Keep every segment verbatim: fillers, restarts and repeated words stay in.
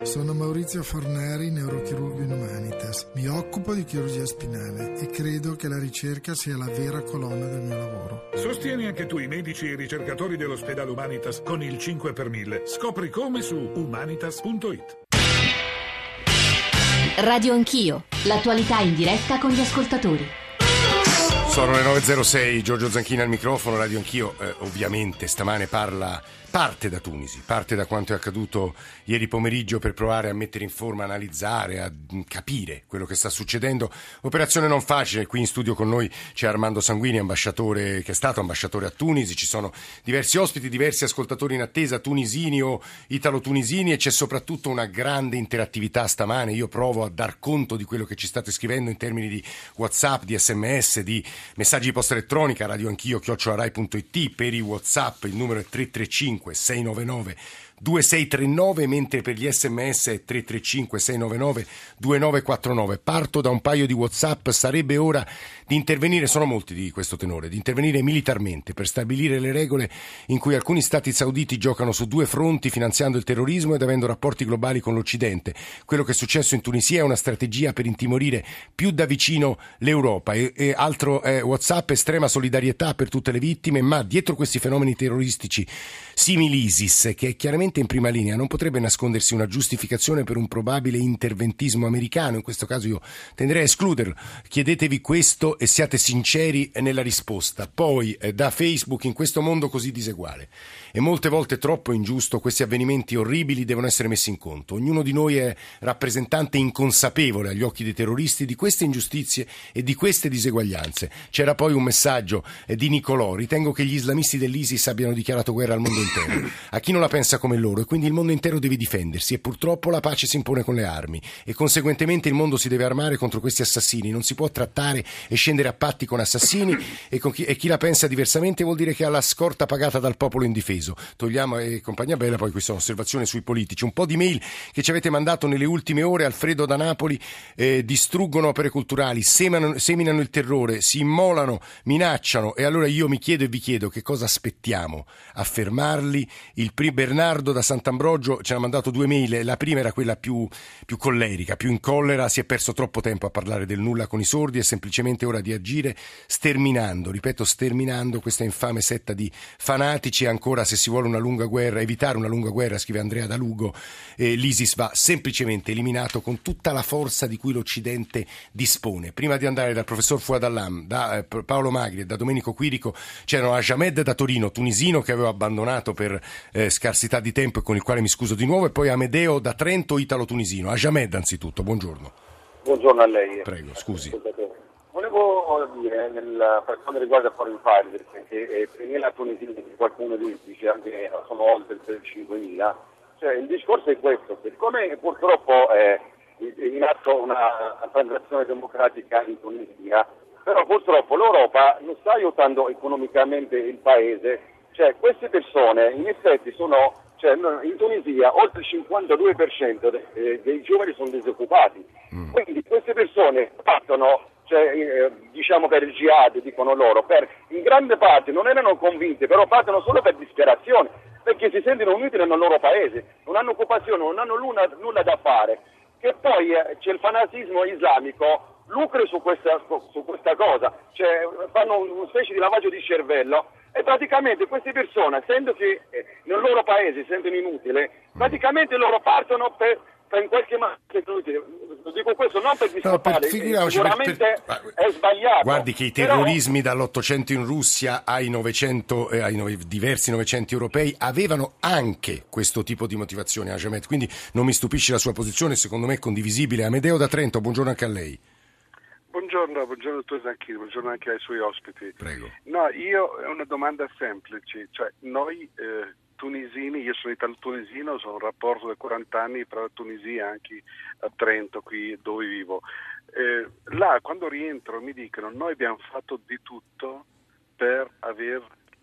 Sono Maurizio Forneri, neurochirurgo in Humanitas. Mi occupo di chirurgia spinale e credo che la ricerca sia la vera colonna del mio lavoro. Sostieni anche tu i medici e i ricercatori dell'ospedale Humanitas con il cinque per mille. Scopri come su humanitas punto it. Radio Anch'io, l'attualità in diretta con gli ascoltatori. Sono le nove e zero sei, Giorgio Zanchini al microfono. Radio Anch'io eh, ovviamente stamane parla, parte da Tunisi, parte da quanto è accaduto ieri pomeriggio per provare a mettere in forma, analizzare, a capire quello che sta succedendo. Operazione non facile. Qui in studio con noi c'è Armando Sanguini, ambasciatore, che è stato ambasciatore a Tunisi. Ci sono diversi ospiti, diversi ascoltatori in attesa, tunisini o italo-tunisini, e c'è soprattutto una grande interattività stamane. Io provo a dar conto di quello che ci state scrivendo in termini di WhatsApp, di sms, di messaggi di posta elettronica. Radio Anch'io chiocciola rai punto it. Per i WhatsApp il numero è tre tre cinque sei nove nove due sei tre nove, mentre per gli sms è tre tre cinque sei nove nove due nove quattro nove. Parto da un paio di WhatsApp. Sarebbe ora di intervenire, sono molti di questo tenore, di intervenire militarmente per stabilire le regole in cui alcuni stati sauditi giocano su due fronti, finanziando il terrorismo ed avendo rapporti globali con l'Occidente. Quello che è successo in Tunisia è una strategia per intimorire più da vicino l'Europa. E, e altro eh, WhatsApp: estrema solidarietà per tutte le vittime, ma dietro questi fenomeni terroristici simili ISIS, che è chiaramente in prima linea, non potrebbe nascondersi una giustificazione per un probabile interventismo americano. In questo caso io tenderei a escluderlo. Chiedetevi questo e siate sinceri nella risposta. Poi eh, da Facebook: in questo mondo così diseguale e molte volte troppo ingiusto, questi avvenimenti orribili devono essere messi in conto. Ognuno di noi è rappresentante inconsapevole agli occhi dei terroristi di queste ingiustizie e di queste diseguaglianze. C'era poi un messaggio eh, di Nicolò: ritengo che gli islamisti dell'ISIS abbiano dichiarato guerra al mondo intero, a chi non la pensa come loro, e quindi il mondo intero deve difendersi, e purtroppo la pace si impone con le armi e conseguentemente il mondo si deve armare contro questi assassini. Non si può trattare e scendere a patti con assassini, e, con chi, e chi la pensa diversamente vuol dire che ha la scorta pagata dal popolo indifeso. Togliamo e compagnia bella. Poi questa è un'osservazione sui politici. Un po' di mail che ci avete mandato nelle ultime ore. Alfredo da Napoli: eh, distruggono opere culturali, seminano, seminano il terrore, si immolano, minacciano, e allora io mi chiedo e vi chiedo: che cosa aspettiamo a fermarli? Il pri- Bernardo da Sant'Ambrogio ci ha mandato due mail. La prima era quella più, più collerica, più in collera: si è perso troppo tempo a parlare del nulla con i sordi, è semplicemente ora di agire sterminando, ripeto sterminando, questa infame setta di fanatici. Ancora, se si vuole una lunga guerra, evitare una lunga guerra, scrive Andrea da Lugo, eh, l'ISIS va semplicemente eliminato con tutta la forza di cui l'Occidente dispone. Prima di andare dal professor Fouad Allam, da eh, Paolo Magri e da Domenico Quirico, c'erano Ajamed da Torino, tunisino, che avevo abbandonato per eh, scarsità di tempo e con il quale mi scuso di nuovo, e poi Amedeo da Trento, italo-tunisino. Ajamed, anzitutto, buongiorno. Buongiorno a lei. Prego, scusi. Volevo dire, nel, per quanto riguarda Foreign Fighters, che eh, tremila tunisini, qualcuno dice anche sono oltre cinquemila, cioè il discorso è questo: siccome purtroppo è in atto una transazione democratica in Tunisia, però purtroppo l'Europa non sta aiutando economicamente il paese, cioè queste persone in effetti sono, cioè in Tunisia oltre il cinquantadue per cento dei, dei giovani sono disoccupati, mm. quindi queste persone partono, cioè, eh, diciamo per il jihad, dicono loro, per, in grande parte non erano convinte, però partono solo per disperazione, perché si sentono inutili nel loro paese, non hanno occupazione, non hanno nulla, nulla da fare, che poi eh, c'è il fanatismo islamico, lucra su questa, su questa cosa, cioè fanno una specie di lavaggio di cervello, e praticamente queste persone, essendo che eh, nel loro paese si sentono inutili, praticamente loro partono per, per in qualche modo, dico questo non per disturbare, no, sicuramente per, per, è sbagliato. Guardi che i terrorismi però, dall'Ottocento in Russia ai Novecento, eh, ai nove, diversi Novecenti europei avevano anche questo tipo di motivazione, Ajamed, quindi non mi stupisce la sua posizione, secondo me è condivisibile. Amedeo da Trento, buongiorno anche a lei. Buongiorno, buongiorno dottor Zanchini, buongiorno anche ai suoi ospiti. Prego. No, io è una domanda semplice, cioè noi eh, tunisini, io sono italo-tunisino, sono un rapporto da quaranta anni tra la Tunisia anche a Trento, qui dove vivo. Eh, là quando rientro mi dicono: noi abbiamo fatto di tutto per avere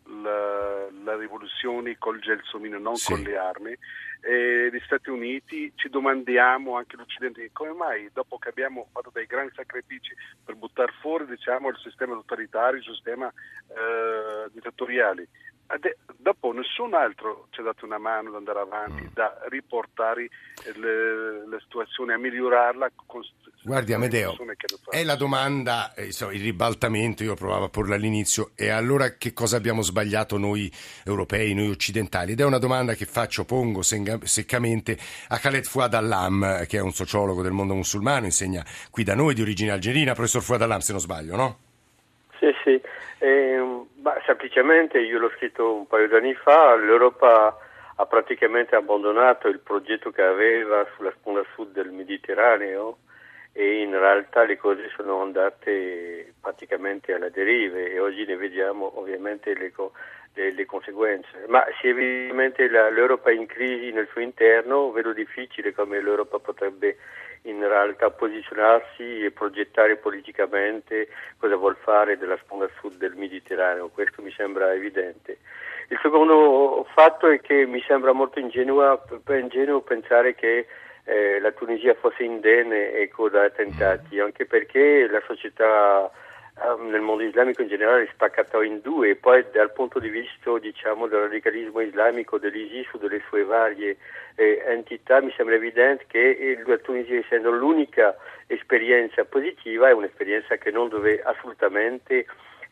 la, la rivoluzione col gelsomino, non sì. con le armi. E gli Stati Uniti ci domandiamo, anche l'Occidente, come mai dopo che abbiamo fatto dei grandi sacrifici per buttare fuori, diciamo, il sistema totalitario, il sistema eh, dittatoriale, Ade- dopo nessun altro ci ha dato una mano ad andare avanti, mm. da riportare le, la situazione, a migliorarla. Con, Guardi Amedeo, è la domanda, eh, insomma, il ribaltamento, io provavo a porla all'inizio, e allora che cosa abbiamo sbagliato noi europei, noi occidentali? Ed è una domanda che faccio, pongo seccamente a Khaled Fouad Allam, che è un sociologo del mondo musulmano, insegna qui da noi, di origine algerina. Professor Fouad Allam, se non sbaglio, no? Sì, sì. Eh, ma semplicemente, io l'ho scritto un paio di anni fa, l'Europa ha praticamente abbandonato il progetto che aveva sulla sponda sud del Mediterraneo, e in realtà le cose sono andate praticamente alla deriva, e oggi ne vediamo ovviamente le, le, le conseguenze. Ma se evidentemente la, l'Europa è in crisi nel suo interno, vedo difficile come l'Europa potrebbe in realtà posizionarsi e progettare politicamente cosa vuol fare della sponda sud del Mediterraneo. Questo mi sembra evidente. Il secondo fatto è che mi sembra molto ingenuo, ingenuo pensare che eh, la Tunisia fosse indenne, ecco, da attentati, anche perché la società eh, nel mondo islamico in generale è spaccata in due, e poi dal punto di vista, diciamo, del radicalismo islamico, dell'ISIS o delle sue varie eh, entità, mi sembra evidente che la Tunisia, essendo l'unica esperienza positiva, è un'esperienza che non deve assolutamente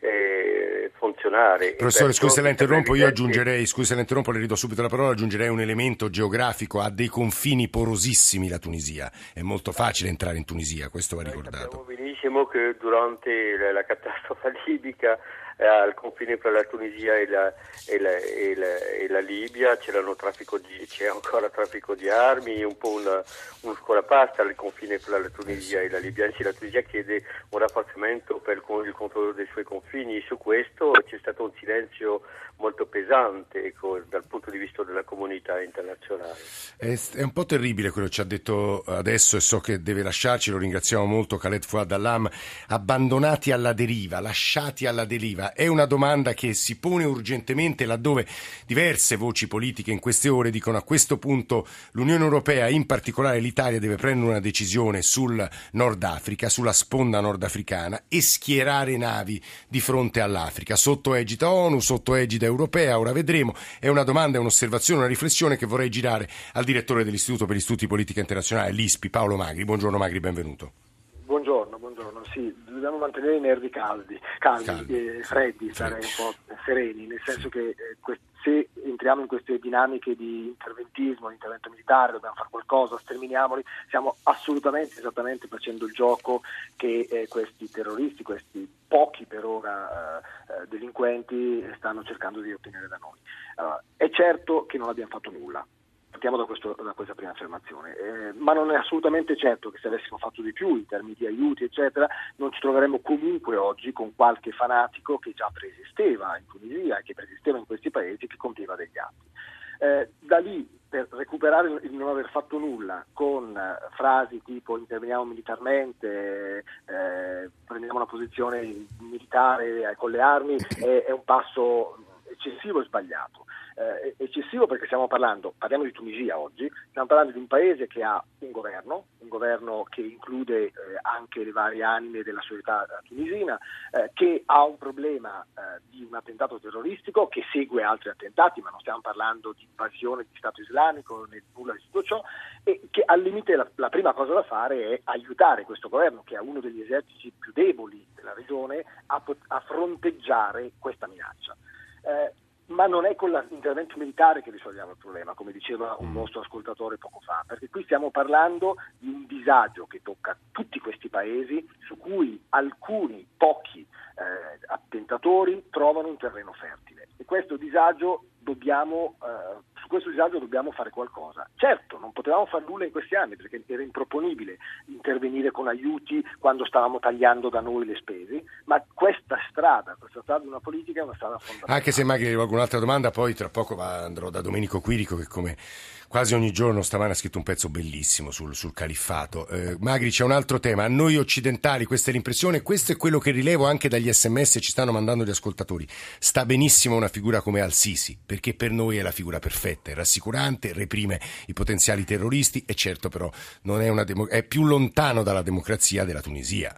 Eh, funzionare. Professore, scusi se la interrompo, io aggiungerei, scusi se la interrompo, le ridò subito la parola, aggiungerei un elemento geografico: ha dei confini porosissimi la Tunisia, è molto facile entrare in Tunisia, questo va ricordato. Sappiamo benissimo che durante la, la catastrofe libica, eh, al confine tra la Tunisia e la, e la, e la, e la Libia c'erano traffico di, c'è ancora traffico di armi, un po' una, uno scolapasta al confine tra la Tunisia e la Libia. Anzi, la Tunisia chiede un rafforzamento per il controllo dei suoi confini. Su questo c'è stato un silenzio molto pesante, ecco, dal punto di vista della comunità internazionale. È, è un po' terribile quello che ci ha detto adesso, e so che deve lasciarci, lo ringraziamo molto, Khaled Fouad Allam. Abbandonati alla deriva, lasciati alla deriva, è una domanda che si pone urgentemente, laddove diverse voci politiche in queste ore dicono: a questo punto l'Unione Europea, in particolare l'Italia, deve prendere una decisione sul Nord Africa, sulla sponda nordafricana, e schierare navi di fronte all'Africa, sotto egida ONU, sotto egida europea. Ora vedremo. È una domanda, è un'osservazione, una riflessione che vorrei girare al direttore dell'Istituto per gli Studi di Politica Internazionale, l'I S P I, Paolo Magri. Buongiorno Magri, benvenuto. Buongiorno, buongiorno. Sì, dobbiamo mantenere i nervi caldi, caldi, caldi. Eh, freddi, stare un po' sereni, nel senso che eh, quest- se entriamo in queste dinamiche di interventismo, di intervento militare, dobbiamo fare qualcosa, sterminiamoli, stiamo assolutamente, esattamente facendo il gioco che eh, questi terroristi, questi pochi per ora eh, delinquenti stanno cercando di ottenere da noi. Allora, è certo che non abbiamo fatto nulla. Partiamo da, questo, da questa prima affermazione, eh, ma non è assolutamente certo che se avessimo fatto di più in termini di aiuti eccetera non ci troveremmo comunque oggi con qualche fanatico che già preesisteva in Tunisia e che preesisteva in questi paesi, che compieva degli atti. Eh, da lì, per recuperare il non aver fatto nulla con eh, frasi tipo interveniamo militarmente, eh, prendiamo una posizione militare eh, con le armi, è, è un passo eccessivo e sbagliato. Eh, eccessivo perché stiamo parlando, parliamo di Tunisia oggi, stiamo parlando di un paese che ha un governo, un governo che include eh, anche le varie anime della società tunisina, eh, che ha un problema eh, di un attentato terroristico che segue altri attentati, ma non stiamo parlando di invasione di Stato islamico né nulla di tutto ciò, e che al limite la, la prima cosa da fare è aiutare questo governo, che ha uno degli eserciti più deboli della regione, a, a fronteggiare questa minaccia. Eh, ma non è con l'intervento militare che risolviamo il problema, come diceva un nostro ascoltatore poco fa, perché qui stiamo parlando di un disagio che tocca tutti questi paesi, su cui alcuni pochi eh, attentatori trovano un terreno fertile, e questo disagio dobbiamo eh, su questo disagio dobbiamo fare qualcosa. Certo, non potevamo fare nulla in questi anni, perché era improponibile intervenire con aiuti quando stavamo tagliando da noi le spese, ma questa strada, questa strada di una politica è una strada fondamentale. Anche se magari rivolgo un'altra domanda, poi tra poco va, andrò da Domenico Quirico, che come quasi ogni giorno stamane ha scritto un pezzo bellissimo sul, sul califfato. Eh, Magri, c'è un altro tema. A noi occidentali, questa è l'impressione, questo è quello che rilevo anche dagli sms che ci stanno mandando gli ascoltatori. Sta benissimo una figura come Al-Sisi, perché per noi è la figura perfetta, è rassicurante, reprime i potenziali terroristi, e certo però non è, una demo- è più lontano dalla democrazia della Tunisia.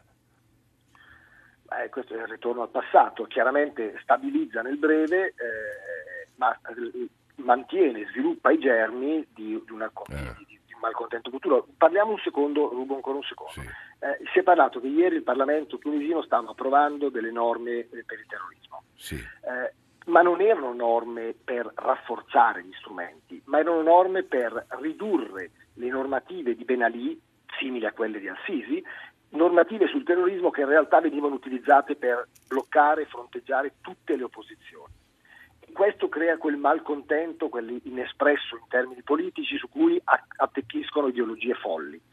Eh, questo è il ritorno al passato, chiaramente stabilizza nel breve, eh, ma eh, mantiene, sviluppa i germi di, di, una, eh. di, di un malcontento futuro. Parliamo un secondo, rubo ancora un secondo. Sì. Eh, si è parlato che ieri il Parlamento tunisino stava approvando delle norme eh, per il terrorismo. Sì. Eh, ma non erano norme per rafforzare gli strumenti, ma erano norme per ridurre le normative di Ben Ali, simili a quelle di Al-Sisi, normative sul terrorismo che in realtà venivano utilizzate per bloccare e fronteggiare tutte le opposizioni. E questo crea quel malcontento, quell'inespresso in termini politici, su cui attecchiscono ideologie folli.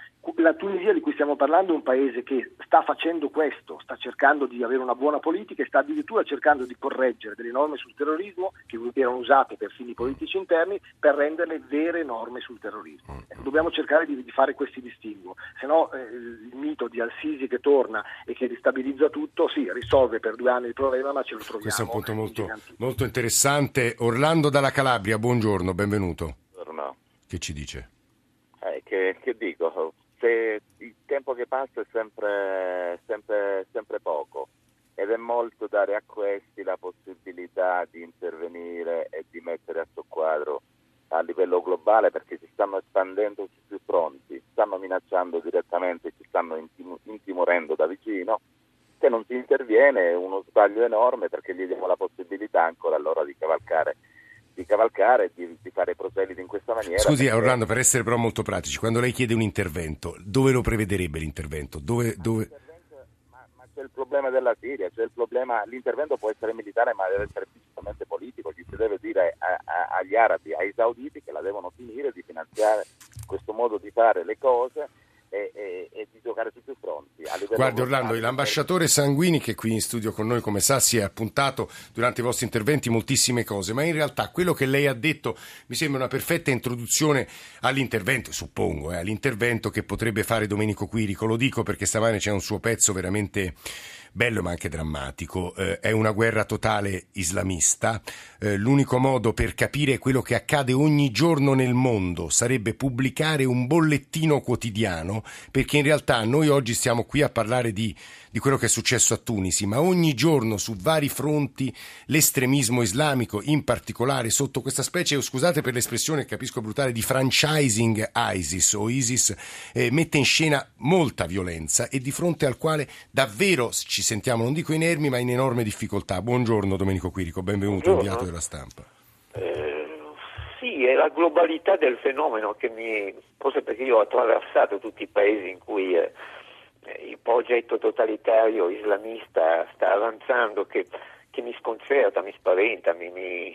La Tunisia di cui stiamo parlando è un paese che sta facendo questo, sta cercando di avere una buona politica e sta addirittura cercando di correggere delle norme sul terrorismo che erano usate per fini politici interni per renderle vere norme sul terrorismo. Dobbiamo cercare di, di fare questi distinguo, se no eh, il mito di Al-Sisi che torna e che ristabilizza tutto, sì, risolve per due anni il problema, ma ce lo troviamo. Questo è un punto molto, molto interessante. Orlando dalla Calabria, buongiorno, benvenuto. Buongiorno. Che ci dice? Eh, che, che dico? Se il tempo che passa è sempre, sempre, sempre poco ed è molto dare a questi la possibilità di intervenire e di mettere a soqquadro a livello globale, perché si stanno espandendo su più fronti, stanno minacciando direttamente, ci stanno intim- intimorendo da vicino. Se non si interviene è uno sbaglio enorme, perché gli diamo la possibilità ancora allora di cavalcare di cavalcare, di, di fare proseliti in questa maniera. Scusi perché... Orlando, per essere però molto pratici, quando lei chiede un intervento, dove lo prevederebbe l'intervento? Dove, dove... Ma, ma c'è il problema della Siria, c'è il problema, l'intervento può essere militare ma deve essere principalmente politico, ci si deve dire a, a, agli arabi, ai sauditi che la devono finire di finanziare questo modo di fare le cose e, e, e di giocare su più fronti. Guardi Orlando, l'ambasciatore Sanguini, che è qui in studio con noi, come sa, si è appuntato durante i vostri interventi moltissime cose, ma in realtà quello che lei ha detto mi sembra una perfetta introduzione all'intervento, suppongo, eh, all'intervento che potrebbe fare Domenico Quirico. Lo dico perché stamane c'è un suo pezzo veramente bello ma anche drammatico. Eh, è una guerra totale islamista. Eh, l'unico modo per capire quello che accade ogni giorno nel mondo sarebbe pubblicare un bollettino quotidiano, perché in realtà noi oggi stiamo qui a parlare di, di quello che è successo a Tunisi, ma ogni giorno su vari fronti l'estremismo islamico, in particolare sotto questa specie, scusate per l'espressione, capisco brutale, di franchising ISIS o ISIS, eh, mette in scena molta violenza e di fronte al quale davvero ci sentiamo, non dico inermi, ma in enorme difficoltà. Buongiorno Domenico Quirico, benvenuto, Buongiorno. inviato della Stampa. Eh, sì, è la globalità del fenomeno che mi, forse perché io ho attraversato tutti i paesi in cui eh, il progetto totalitario islamista sta avanzando, che, che mi sconcerta, mi spaventa, mi, mi,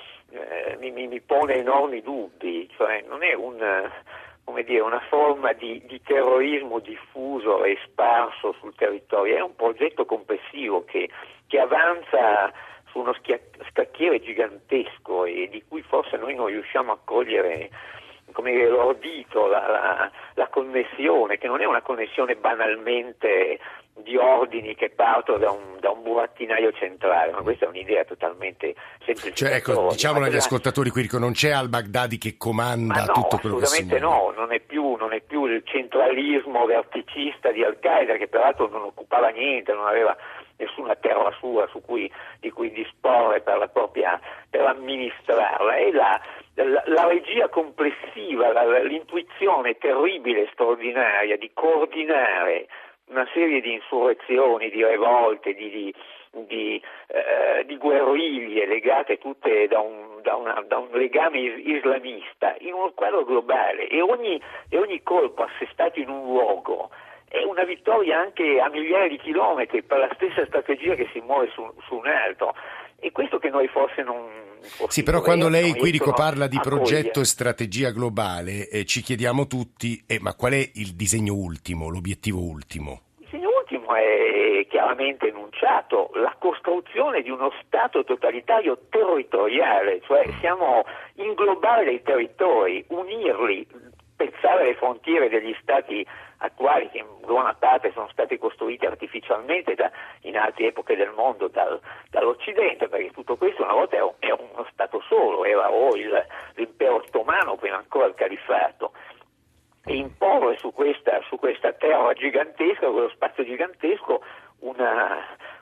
eh, mi, mi pone enormi dubbi, cioè non è un... come dire, una forma di, di terrorismo diffuso e sparso sul territorio, è un progetto complessivo che, che avanza su uno schia- scacchiere gigantesco e di cui forse noi non riusciamo a cogliere, come dire, l'ordito, la, la, la connessione, che non è una connessione banalmente di ordini che partono da un, da un burattinaio centrale, ma questa è un'idea totalmente semplice. Cioè, ecco, diciamolo agli ascoltatori, Quirico, non c'è al-Baghdadi che comanda no, tutto quello che si muove. Assolutamente no, non è più, non è più il centralismo verticista di Al-Qaeda, che peraltro non occupava niente, non aveva nessuna terra sua su cui, di cui disporre per la propria, per amministrarla. È la, la, la regia complessiva, la, l'intuizione terribile, straordinaria di coordinare una serie di insurrezioni, di rivolte, di, di, di, eh, di guerriglie legate tutte da un, da, una, da un legame islamista in un quadro globale, e ogni, e ogni colpo assestato in un luogo è una vittoria anche a migliaia di chilometri per la stessa strategia che si muove su, su un altro. E questo che noi forse non... Forse sì, però quando lei, Quirico, parla di progetto cogliere. e strategia globale, eh, ci chiediamo tutti, eh, ma qual è il disegno ultimo, l'obiettivo ultimo? Il disegno ultimo è chiaramente enunciato, la costruzione di uno Stato totalitario territoriale, cioè siamo inglobare dei territori, unirli, spezzare le frontiere degli Stati attuali, che in buona parte sono stati costruiti artificialmente da, in altre epoche del mondo dal, dall'Occidente, perché tutto questo una volta era, era uno Stato solo, era o il, l'impero ottomano, prima ancora il califfato, e imporre su questa, su questa terra gigantesca, quello spazio gigantesco, una,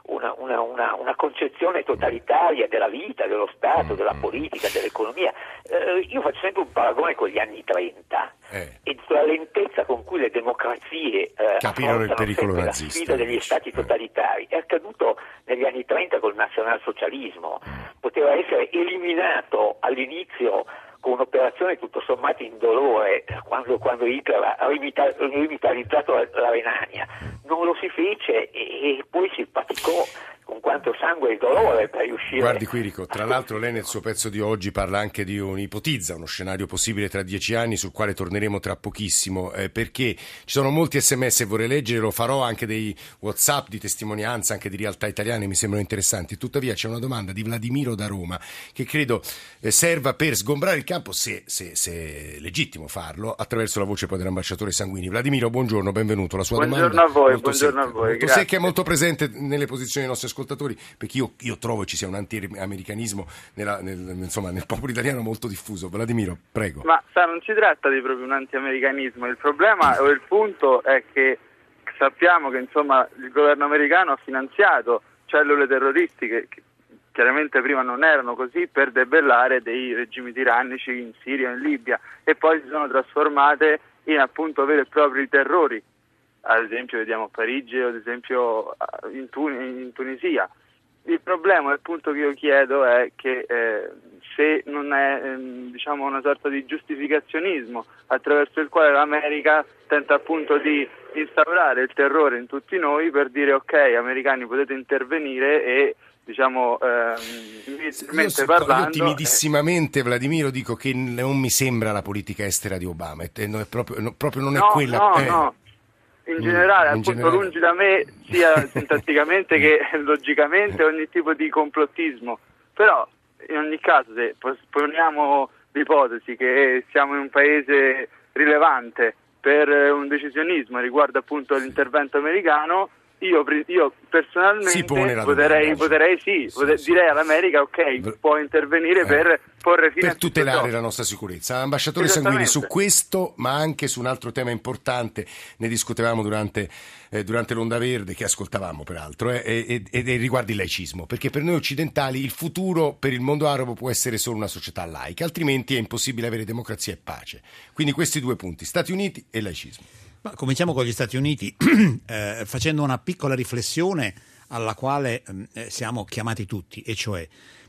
una, una, una, una concezione totalitaria della vita, dello Stato, della politica, dell'economia. Eh, io faccio sempre un paragone con gli anni trenta eh. e la lentezza con cui le democrazie eh, capirono il pericolo nazista, la sfida degli stati totalitari. È accaduto negli anni trenta col nazionalsocialismo, poteva essere eliminato all'inizio con un'operazione tutto sommato indolore quando, quando Hitler ha rimilitarizzato la, la Renania. Non lo si fece e, e poi si faticò con quanto sangue e dolore per riuscire. Guardi Quirico, tra l'altro lei nel suo pezzo di oggi parla anche di un ipotizza uno scenario possibile tra dieci anni sul quale torneremo tra pochissimo, eh, perché ci sono molti sms e vorrei leggere, lo farò anche dei WhatsApp di testimonianza, anche di realtà italiane, mi sembrano interessanti. Tuttavia c'è una domanda di Vladimiro da Roma che credo eh, serva per sgombrare il campo, se, se, se è legittimo farlo, attraverso la voce poi dell'ambasciatore Sanguini. Vladimiro, buongiorno, benvenuto. La sua buongiorno domanda a voi, molto buongiorno secca, a voi, molto grazie. secca e molto presente nelle posizioni dei nostri ascoltatori, perché io, io trovo ci sia un anti-americanismo nella, nel, insomma, nel popolo italiano molto diffuso. Vladimiro, prego. Ma sa, non si tratta di proprio un anti-americanismo, il problema o il punto è che sappiamo che insomma il governo americano ha finanziato cellule terroristiche che chiaramente prima non erano così, per debellare dei regimi tirannici in Siria e in Libia, e poi si sono trasformate in appunto veri e propri terrori. Ad esempio vediamo a Parigi o ad esempio in, Tun- in Tunisia. Il problema, il punto che io chiedo è che eh, se non è ehm, diciamo una sorta di giustificazionismo attraverso il quale l'America tenta appunto di instaurare il terrore in tutti noi per dire ok, americani potete intervenire e diciamo ehm, mentre parlando. Io timidissimamente, Vladimiro, dico che non mi sembra la politica estera di Obama, è, no, è proprio, no, proprio non è no, quella. No, eh. no. In generale, in appunto, generale. lungi da me sia sintatticamente che logicamente ogni tipo di complottismo, però in ogni caso se poniamo l'ipotesi che siamo in un paese rilevante per un decisionismo riguardo appunto l'intervento americano, io, io personalmente voterei, voterei sì, sì, voter, sì, direi all'America ok, può intervenire eh, per porre fine per a tutelare la nostra sicurezza. Ambasciatore Sanguini, su questo ma anche su un altro tema importante ne discutevamo durante, eh, durante l'Onda Verde, che ascoltavamo peraltro, eh, ed eh, eh, riguarda il laicismo, perché per noi occidentali il futuro per il mondo arabo può essere solo una società laica, altrimenti è impossibile avere democrazia e pace. Quindi questi due punti, Stati Uniti e laicismo. Ma cominciamo con gli Stati Uniti eh, facendo una piccola riflessione alla quale eh, siamo chiamati tutti, e cioè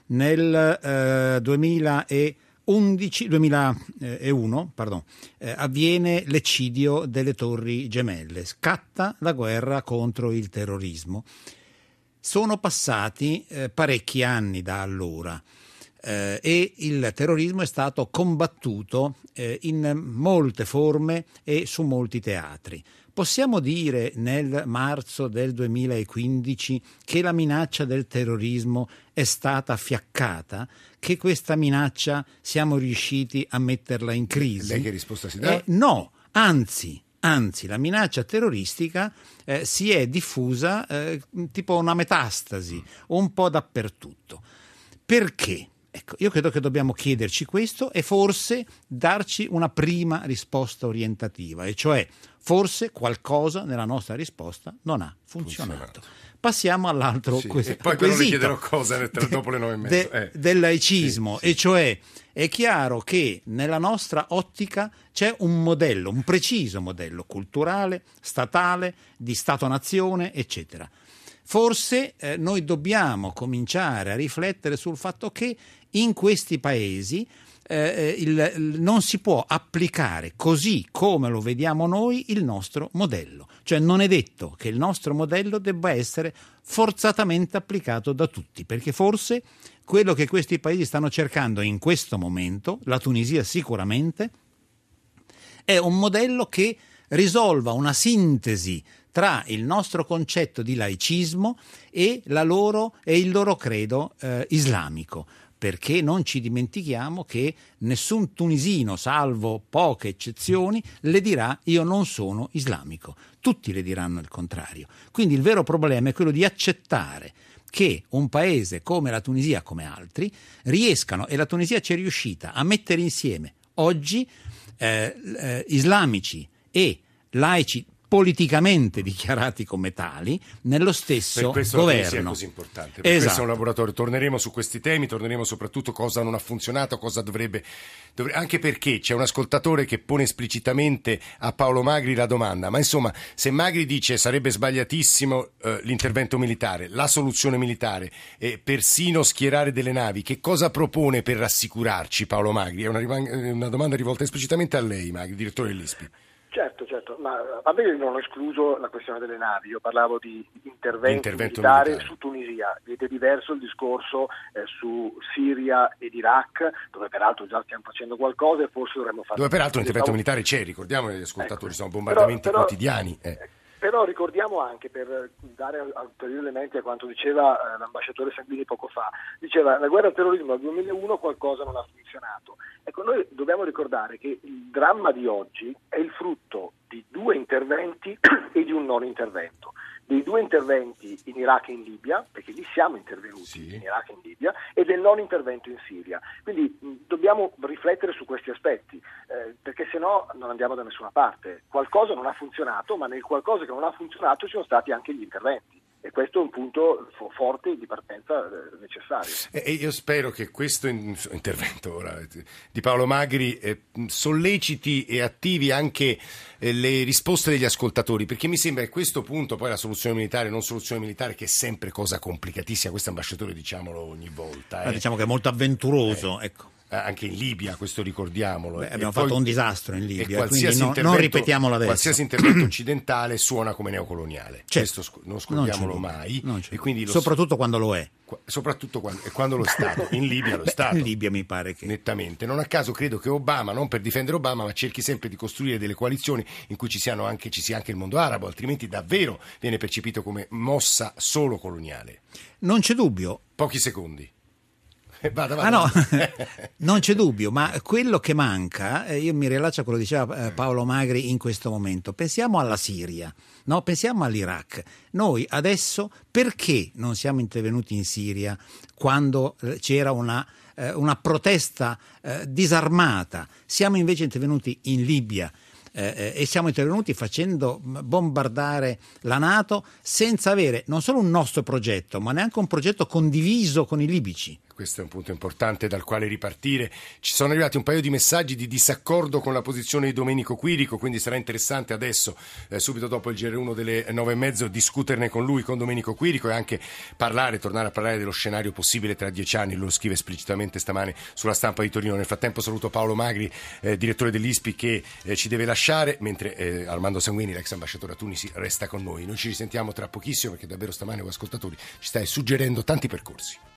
nel eh, duemilaundici, duemilauno pardon, eh, avviene l'eccidio delle Torri Gemelle, scatta la guerra contro il terrorismo. Sono passati eh, parecchi anni da allora. Eh, e il terrorismo è stato combattuto eh, in molte forme e su molti teatri. Possiamo dire nel marzo del duemilaquindici che la minaccia del terrorismo è stata fiaccata, che questa minaccia siamo riusciti a metterla in crisi? Lei che risposta si dà? Eh, no, anzi. Anzi, la minaccia terroristica eh, si è diffusa eh, tipo una metastasi, un po' dappertutto. Perché? Ecco, io credo che dobbiamo chiederci questo e forse darci una prima risposta orientativa, e cioè forse qualcosa nella nostra risposta non ha funzionato. funzionato. Passiamo all'altro sì, questo, e poi però vi chiederò cosa tra, dopo le nove e mezzo. De, eh. del laicismo, sì, sì. E cioè è chiaro che nella nostra ottica c'è un modello, un preciso modello culturale, statale, di Stato-nazione, eccetera. Forse eh, noi dobbiamo cominciare a riflettere sul fatto che in questi paesi eh, il, il, non si può applicare così come lo vediamo noi il nostro modello. Cioè non è detto che il nostro modello debba essere forzatamente applicato da tutti, perché forse quello che questi paesi stanno cercando in questo momento, la Tunisia sicuramente, è un modello che risolva una sintesi tra il nostro concetto di laicismo e, la loro, e il loro credo eh, islamico, perché non ci dimentichiamo che nessun tunisino, salvo poche eccezioni, le dirà io non sono islamico. Tutti le diranno il contrario. Quindi il vero problema è quello di accettare che un paese come la Tunisia, come altri, riescano, e la Tunisia ci è riuscita, a mettere insieme oggi eh, eh, islamici e laici politicamente dichiarati come tali nello stesso per questo governo. La Tunisia è così importante. Per esatto. questo è un laboratorio. Torneremo su questi temi, torneremo soprattutto cosa non ha funzionato, cosa dovrebbe, dovrebbe, anche perché c'è un ascoltatore che pone esplicitamente a Paolo Magri la domanda, ma insomma, se Magri dice sarebbe sbagliatissimo eh, l'intervento militare, la soluzione militare e persino schierare delle navi, che cosa propone per rassicurarci Paolo Magri? È una, una domanda rivolta esplicitamente a lei, Magri, direttore dell'I S P I. Certo, certo, ma a me non ho escluso la questione delle navi, io parlavo di intervento, intervento militare, militare su Tunisia, ed è diverso il discorso eh, su Siria ed Iraq, dove peraltro già stiamo facendo qualcosa e forse dovremmo fare... Dove peraltro l'intervento stavo... militare c'è, ricordiamo agli ascoltatori, ecco, sono bombardamenti però, però, quotidiani. Eh. Però ricordiamo anche, per dare ulteriori elementi a quanto diceva eh, l'ambasciatore Salvini poco fa, diceva la guerra al terrorismo nel duemilauno qualcosa non ha funzionato. Ecco, noi dobbiamo ricordare che il dramma di oggi è il frutto di due interventi e di un non intervento. Dei due interventi in Iraq e in Libia, perché lì siamo intervenuti sì. in Iraq e in Libia, e del non intervento in Siria. Quindi mh, dobbiamo riflettere su questi aspetti, eh, perché se no non andiamo da nessuna parte. Qualcosa non ha funzionato, ma nel qualcosa che non ha funzionato ci sono stati anche gli interventi. E questo è un punto fo- forte di partenza eh, necessario. E io spero che questo in- intervento ora, di Paolo Magri eh, solleciti e attivi anche eh, le risposte degli ascoltatori, perché mi sembra che a questo punto poi la soluzione militare, non soluzione militare, che è sempre cosa complicatissima, questo ambasciatore diciamolo ogni volta. Eh. Diciamo che è molto avventuroso, eh. ecco. Anche in Libia, questo ricordiamolo. Beh, abbiamo e fatto poi, un disastro in Libia, quindi qualsiasi no, non ripetiamolo adesso. Qualsiasi intervento occidentale suona come neocoloniale, certo. Questo non scordiamolo non mai. Non e quindi lo soprattutto so, quando lo è. Soprattutto quando, e quando lo è stato. In Libia lo è Beh, stato. In Libia mi pare che... Nettamente. Non a caso credo che Obama, non per difendere Obama, ma cerchi sempre di costruire delle coalizioni in cui ci, siano anche, ci sia anche il mondo arabo, altrimenti davvero viene percepito come mossa solo coloniale. Non c'è dubbio. Pochi secondi. Vada, vada. Ah no, non c'è dubbio, ma quello che manca, eh, io mi riallaccio a quello che diceva eh, Paolo Magri in questo momento, pensiamo alla Siria, no? Pensiamo all'Iraq. Noi adesso perché non siamo intervenuti in Siria quando eh, c'era una, eh, una protesta eh, disarmata? Siamo invece intervenuti in Libia. Eh, e siamo intervenuti facendo bombardare la NATO senza avere non solo un nostro progetto, ma neanche un progetto condiviso con i libici. Questo è un punto importante dal quale ripartire. Ci sono arrivati un paio di messaggi di disaccordo con la posizione di Domenico Quirico, quindi sarà interessante adesso, eh, subito dopo il G R uno delle nove e mezzo, discuterne con lui, con Domenico Quirico, e anche parlare, tornare a parlare dello scenario possibile tra dieci anni. Lo scrive esplicitamente stamane sulla Stampa di Torino. Nel frattempo saluto Paolo Magri, eh, direttore dell'I S P I, che eh, ci deve lasciare, mentre eh, Armando Sanguini, l'ex ambasciatore a Tunisi, resta con noi. Noi ci risentiamo tra pochissimo, perché davvero stamane, con ascoltatori, ci stai suggerendo tanti percorsi.